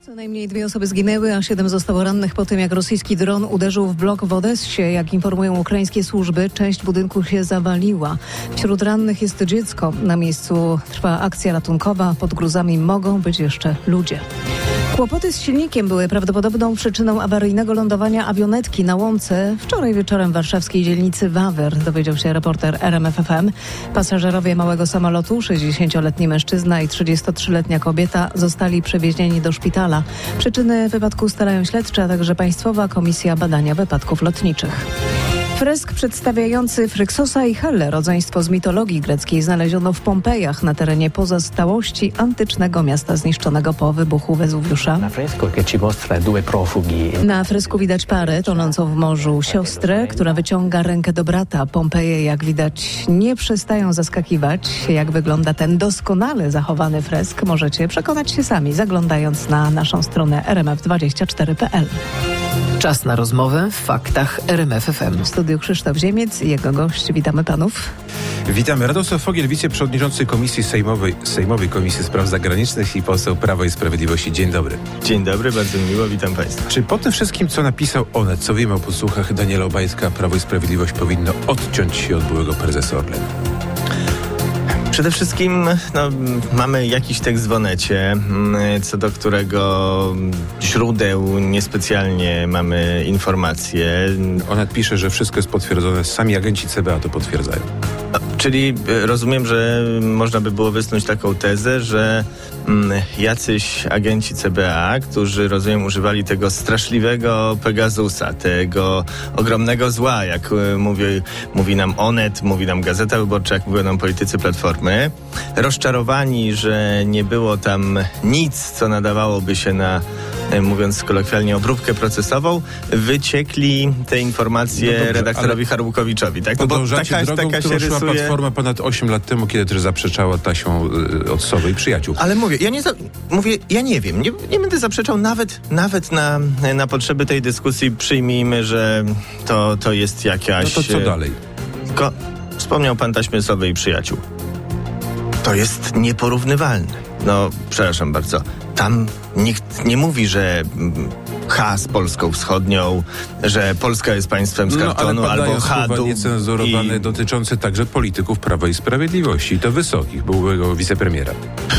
Co najmniej 2 osoby zginęły, a 7 zostało rannych po tym, jak rosyjski dron uderzył w blok w Odessie. Jak informują ukraińskie służby, część budynku się zawaliła. Wśród rannych jest dziecko. Na miejscu trwa akcja ratunkowa. Pod gruzami mogą być jeszcze ludzie. Kłopoty z silnikiem były prawdopodobną przyczyną awaryjnego lądowania awionetki na łące wczoraj wieczorem w warszawskiej dzielnicy Wawer, dowiedział się reporter RMF FM. Pasażerowie małego samolotu, 60-letni mężczyzna i 33-letnia kobieta, zostali przewiezieni do szpitala. Przyczyny wypadku ustalają śledczy, a także Państwowa Komisja Badania Wypadków Lotniczych. Fresk przedstawiający Fryksosa i Hellę, rodzeństwo z mitologii greckiej, znaleziono w Pompejach na terenie pozostałości antycznego miasta zniszczonego po wybuchu Wezuwiusza. Na fresku widać parę tonącą w morzu siostrę, która wyciąga rękę do brata. Pompeje, jak widać, nie przestają zaskakiwać. Jak wygląda ten doskonale zachowany fresk, możecie przekonać się sami, zaglądając na naszą stronę rmf24.pl. Czas na rozmowę w Faktach RMF FM. W studiu Krzysztof Ziemiec i jego gość. Witamy panów. Witamy. Radosław Fogiel, wiceprzewodniczący Komisji Sejmowej Komisji Spraw Zagranicznych i poseł Prawa i Sprawiedliwości. Dzień dobry. Dzień dobry, bardzo miło, witam Państwa. Czy po tym wszystkim, co napisał Onet, co wiemy o podsłuchach Daniela Obajtka, Prawo i Sprawiedliwość powinno odciąć się od byłego prezesa Orlenu? Przede wszystkim mamy jakiś tekst w Onecie, co do którego źródeł niespecjalnie mamy informacje. Onet pisze, że wszystko jest potwierdzone, sami agenci CBA to potwierdzają. Czyli rozumiem, że można by było wysnuć taką tezę, że jacyś agenci CBA, którzy, rozumiem, używali tego straszliwego Pegasusa, tego ogromnego zła, jak mówi nam Onet, mówi nam Gazeta Wyborcza, jak mówią nam politycy Platformy, rozczarowani, że nie było tam nic, co nadawałoby się na, mówiąc kolokwialnie, obróbkę procesową, wyciekli te informacje redaktorowi Harbukowiczowi. Tak? Podążacie drogą, którą szła Platforma ponad 8 lat temu, kiedy też zaprzeczała Tasią od Sowy i przyjaciół. Ale ja nie wiem. Nie będę zaprzeczał nawet na potrzeby tej dyskusji. Przyjmijmy, że to jest jakaś... No to co dalej? Wspomniał pan taśmy Sowy i przyjaciół. To jest nieporównywalne. Przepraszam bardzo. Tam nikt nie mówi, że z Polską Wschodnią, że Polska jest państwem z kartonu, albo słowa niecenzurowane dotyczące także polityków Prawa i Sprawiedliwości, i to wysokich, byłego wicepremiera.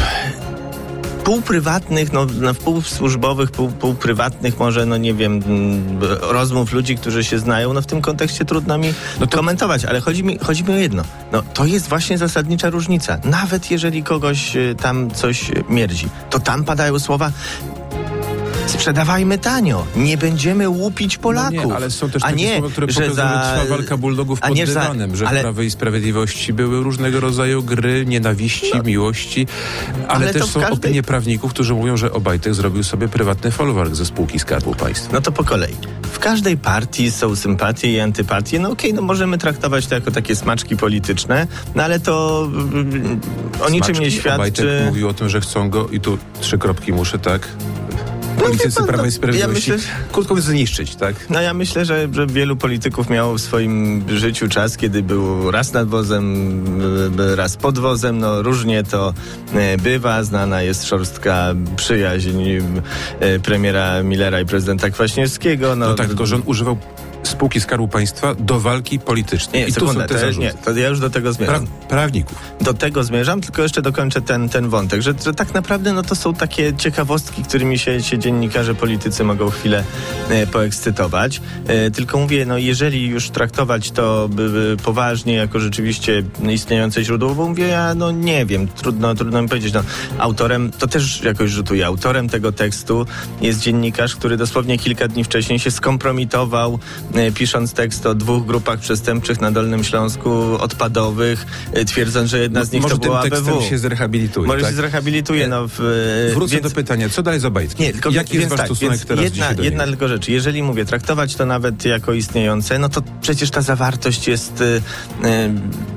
Półprywatnych, półsłużbowych, półprywatnych może, nie wiem, rozmów ludzi, którzy się znają, w tym kontekście trudno mi komentować, ale chodzi mi o jedno. To jest właśnie zasadnicza różnica. Nawet jeżeli kogoś tam coś mierdzi, to tam padają słowa: sprzedawajmy tanio, nie będziemy łupić Polaków. Nie, ale są też takie słowa, które pokazują, że trwa walka bulldogów pod dywanem, że w Prawie i Sprawiedliwości były różnego rodzaju gry, nienawiści, miłości, ale też są opinie prawników, którzy mówią, że Obajtek zrobił sobie prywatny folwark ze spółki Skarbu Państwa. To po kolei. W każdej partii są sympatie i antypatie. Możemy traktować to jako takie smaczki polityczne, ale to o niczym nie świadczy. Obajtek mówił o tym, że chcą go, i tu 3 kropki muszę, tak? Politycy Prawa i Sprawiedliwości, krótko mówiąc, zniszczyć, tak? Ja myślę, że wielu polityków miało w swoim życiu czas, kiedy był raz nad wozem, raz pod wozem. Różnie to bywa. Znana jest szorstka przyjaźń premiera Millera i prezydenta Kwaśniewskiego. Tylko że on używał spółki Skarbu Państwa do walki politycznej. To ja już do tego zmierzam. Prawników. Do tego zmierzam, tylko jeszcze dokończę ten wątek, że tak naprawdę to są takie ciekawostki, którymi się dziennikarze, politycy mogą chwilę poekscytować. Tylko mówię, jeżeli już traktować to poważnie, jako rzeczywiście istniejące źródło, bo mówię, ja nie wiem, trudno mi powiedzieć. Autorem, to też jakoś rzutuje, autorem tego tekstu jest dziennikarz, który dosłownie kilka dni wcześniej się skompromitował, pisząc tekst o 2 grupach przestępczych na Dolnym Śląsku, odpadowych, twierdząc, że jedna z nich to była ABW. Może tym tekstem się zrehabilituje. Może się zrehabilituje. Wrócę do pytania, co dalej z Obajtkiem? Jaki jest wasz stosunek teraz dzisiaj do jedna tylko rzecz. Jeżeli mówię, traktować to nawet jako istniejące, to przecież ta zawartość jest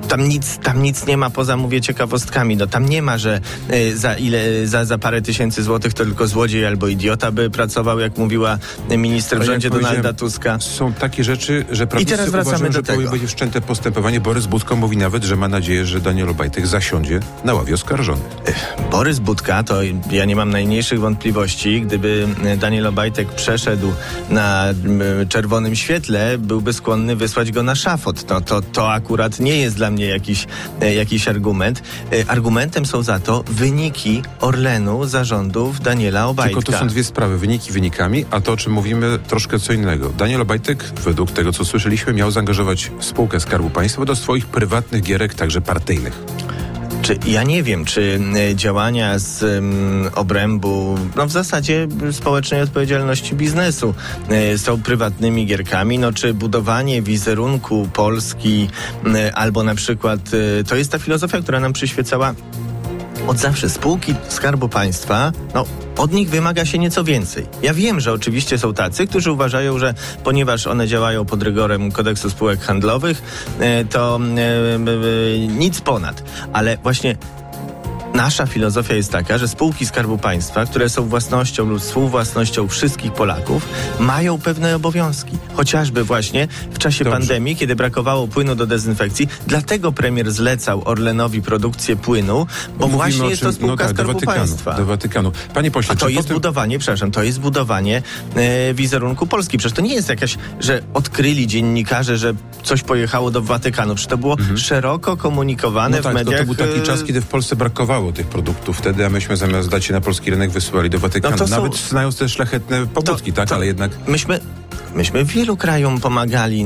tam nic nie ma poza, mówię, ciekawostkami. No tam nie ma, że za parę tysięcy złotych to tylko złodziej albo idiota by pracował, jak mówiła minister w rządzie Donalda Tuska. Są takie rzeczy, że prawnicy uważają, że powinno być wszczęte postępowanie. Borys Budka mówi nawet, że ma nadzieję, że Daniel Obajtek zasiądzie na ławie oskarżonych. Borys Budka, to ja nie mam najmniejszych wątpliwości, gdyby Daniel Obajtek przeszedł na czerwonym świetle, byłby skłonny wysłać go na szafot. No to akurat nie jest dla mnie jakiś argument. Argumentem są za to wyniki Orlenu zarządów Daniela Obajtka. Tylko to są dwie sprawy. Wyniki wynikami, a to, o czym mówimy, troszkę co innego. Daniel Obajtek, według tego, co słyszeliśmy, miał zaangażować spółkę Skarbu Państwa do swoich prywatnych gierek, także partyjnych. Ja nie wiem, czy działania z obrębu, w zasadzie społecznej odpowiedzialności biznesu są prywatnymi gierkami, czy budowanie wizerunku Polski albo na przykład, to jest ta filozofia, która nam przyświecała od zawsze. Spółki Skarbu Państwa, od nich wymaga się nieco więcej. Ja wiem, że oczywiście są tacy, którzy uważają, że ponieważ one działają pod rygorem kodeksu spółek handlowych, to nic ponad. Ale właśnie nasza filozofia jest taka, że spółki Skarbu Państwa, które są własnością lub współwłasnością wszystkich Polaków, mają pewne obowiązki. Chociażby właśnie w czasie pandemii, kiedy brakowało płynu do dezynfekcji, dlatego premier zlecał Orlenowi produkcję płynu, bo właśnie jest to spółka Skarbu Państwa. Do Watykanu. Panie pośle, to jest budowanie wizerunku Polski. Przecież to nie jest jakaś, że odkryli dziennikarze, że coś pojechało do Watykanu. Przecież to było szeroko komunikowane w mediach. To był taki czas, kiedy w Polsce brakowało tych produktów wtedy, a myśmy zamiast dać je na polski rynek wysyłali do Watykanu. Nawet znając te szlachetne pobudki, ale jednak... Myśmy wielu krajom pomagali,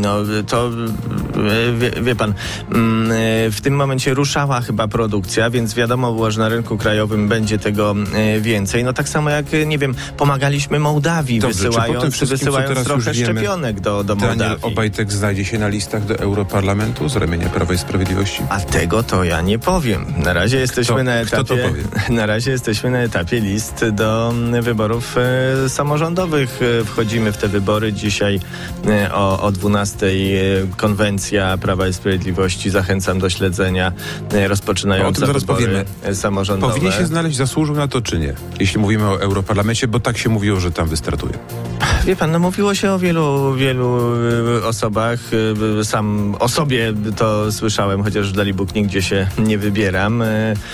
wie pan, w tym momencie ruszała chyba produkcja, więc wiadomo było, że na rynku krajowym będzie tego więcej. Tak samo jak, pomagaliśmy Mołdawii, wysyłając trochę szczepionek do Mołdawii. Daniel Obajtek znajdzie się na listach do Europarlamentu z ramienia Prawa i Sprawiedliwości? A tego to ja nie powiem. Na razie jesteśmy na etapie list do wyborów samorządowych. Wchodzimy w te wybory. Dzisiaj o 12:00 konwencja Prawa i Sprawiedliwości. Zachęcam do śledzenia, rozpoczynająca wybory samorządowe. Powinien się znaleźć, zasłużył na to czy nie? Jeśli mówimy o Europarlamencie, bo tak się mówiło, że tam wystartuje. Wie pan, mówiło się o wielu osobach. Sam o sobie to słyszałem, chociaż dalibóg nigdzie się nie wybieram.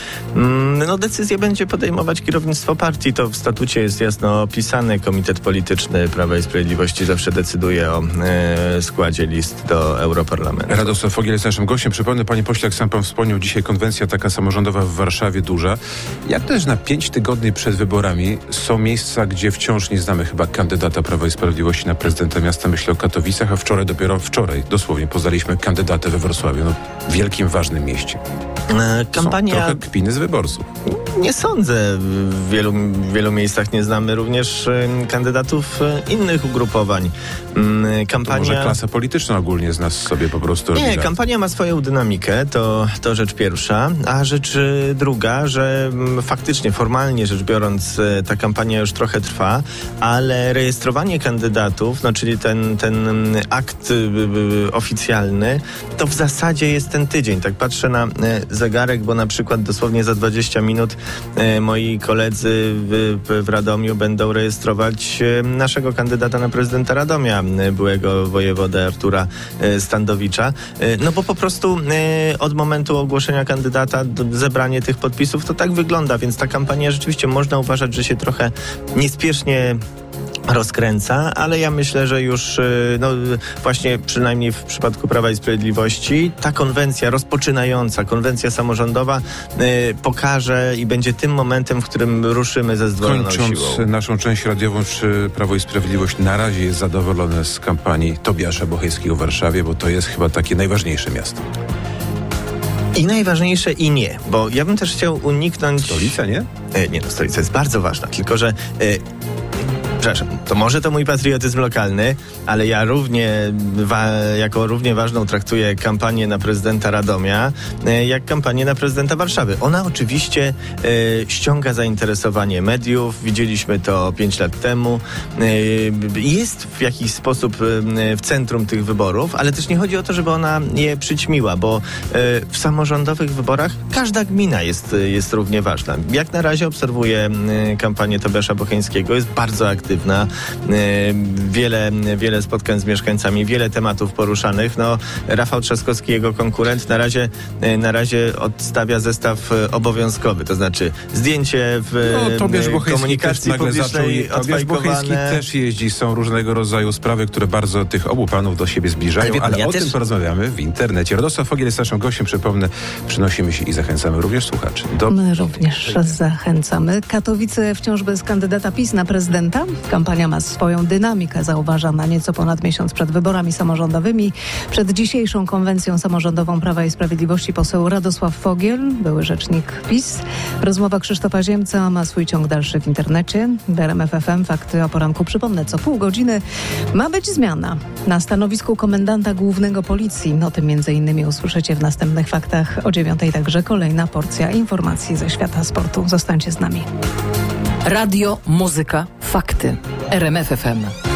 Decyzję będzie podejmować kierownictwo partii. To w statucie jest jasno opisane. Komitet Polityczny Prawa i Sprawiedliwości zawsze decyduje o składzie list do Europarlamentu. Radosław Fogiel jest naszym gościem. Przypomnę, panie pośle, jak sam pan wspomniał, dzisiaj konwencja taka samorządowa w Warszawie duża. Jak też na 5 tygodni przed wyborami są miejsca, gdzie wciąż nie znamy chyba kandydata Prawa i Sprawiedliwości na prezydenta miasta, myślę o Katowicach, a dopiero wczoraj dosłownie poznaliśmy kandydatę we Wrocławiu, wielkim, ważnym mieście. Kampania... Są trochę kpiny z wyborców. Nie sądzę. W wielu miejscach nie znamy również kandydatów innych ugrupowań. To może klasa polityczna ogólnie z nas sobie po prostu robi. Nie, kampania ma swoją dynamikę, to rzecz pierwsza, a rzecz druga, że faktycznie, formalnie rzecz biorąc, ta kampania już trochę trwa, ale rejestrowanie kandydatów, czyli ten akt oficjalny, to w zasadzie jest ten tydzień. Tak patrzę na zegarek, bo na przykład dosłownie za 20 minut moi koledzy w Radomiu będą rejestrować naszego kandydata na prezydenta Radomia, byłego wojewodę Artura Standowicza. Bo po prostu od momentu ogłoszenia kandydata zebranie tych podpisów to tak wygląda, więc ta kampania rzeczywiście można uważać, że się trochę niespiesznie rozkręca, ale ja myślę, że już właśnie przynajmniej w przypadku Prawa i Sprawiedliwości ta konwencja rozpoczynająca, konwencja samorządowa pokaże i będzie tym momentem, w którym ruszymy ze zdwojoną siłą. Kończąc naszą część radiową, czy Prawo i Sprawiedliwość na razie jest zadowolone z kampanii Tobiasza Bochejskiego w Warszawie, bo to jest chyba takie najważniejsze miasto. I najważniejsze i nie, bo ja bym też chciał uniknąć... Stolica, nie? Nie, stolica jest bardzo ważna, tylko że przepraszam, to może to mój patriotyzm lokalny, ale ja jako równie ważną traktuję kampanię na prezydenta Radomia, jak kampanię na prezydenta Warszawy. Ona oczywiście ściąga zainteresowanie mediów, widzieliśmy to 5 lat temu, jest w jakiś sposób w centrum tych wyborów, ale też nie chodzi o to, żeby ona je przyćmiła, bo w samorządowych wyborach każda gmina jest równie ważna. Jak na razie obserwuję kampanię Tobiasza Bocheńskiego, jest bardzo aktywna, wiele spotkań z mieszkańcami, wiele tematów poruszanych. No, Rafał Trzaskowski, jego konkurent, na razie odstawia zestaw obowiązkowy, to znaczy zdjęcie w komunikacji publicznej odfajkowane. Tobiasz Bocheński też jeździ, są różnego rodzaju sprawy, które bardzo tych obu panów do siebie zbliżają, ale o tym porozmawiamy w internecie. Radosław Fogiel jest naszym gościem, przypomnę, przynosimy się i zachęcamy również słuchaczy. My również zachęcamy. Katowice wciąż bez kandydata PiS na prezydenta. Kampania ma swoją dynamikę, zauważana nieco ponad miesiąc przed wyborami samorządowymi. Przed dzisiejszą konwencją samorządową Prawa i Sprawiedliwości poseł Radosław Fogiel, były rzecznik PiS. Rozmowa Krzysztofa Ziemca ma swój ciąg dalszy w internecie. W RMF FM Fakty o poranku, przypomnę, co pół godziny ma być zmiana na stanowisku komendanta głównego Policji. O tym m.in. usłyszycie w następnych faktach o 9:00. Także kolejna porcja informacji ze świata sportu. Zostańcie z nami. Radio, muzyka, fakty. RMF FM.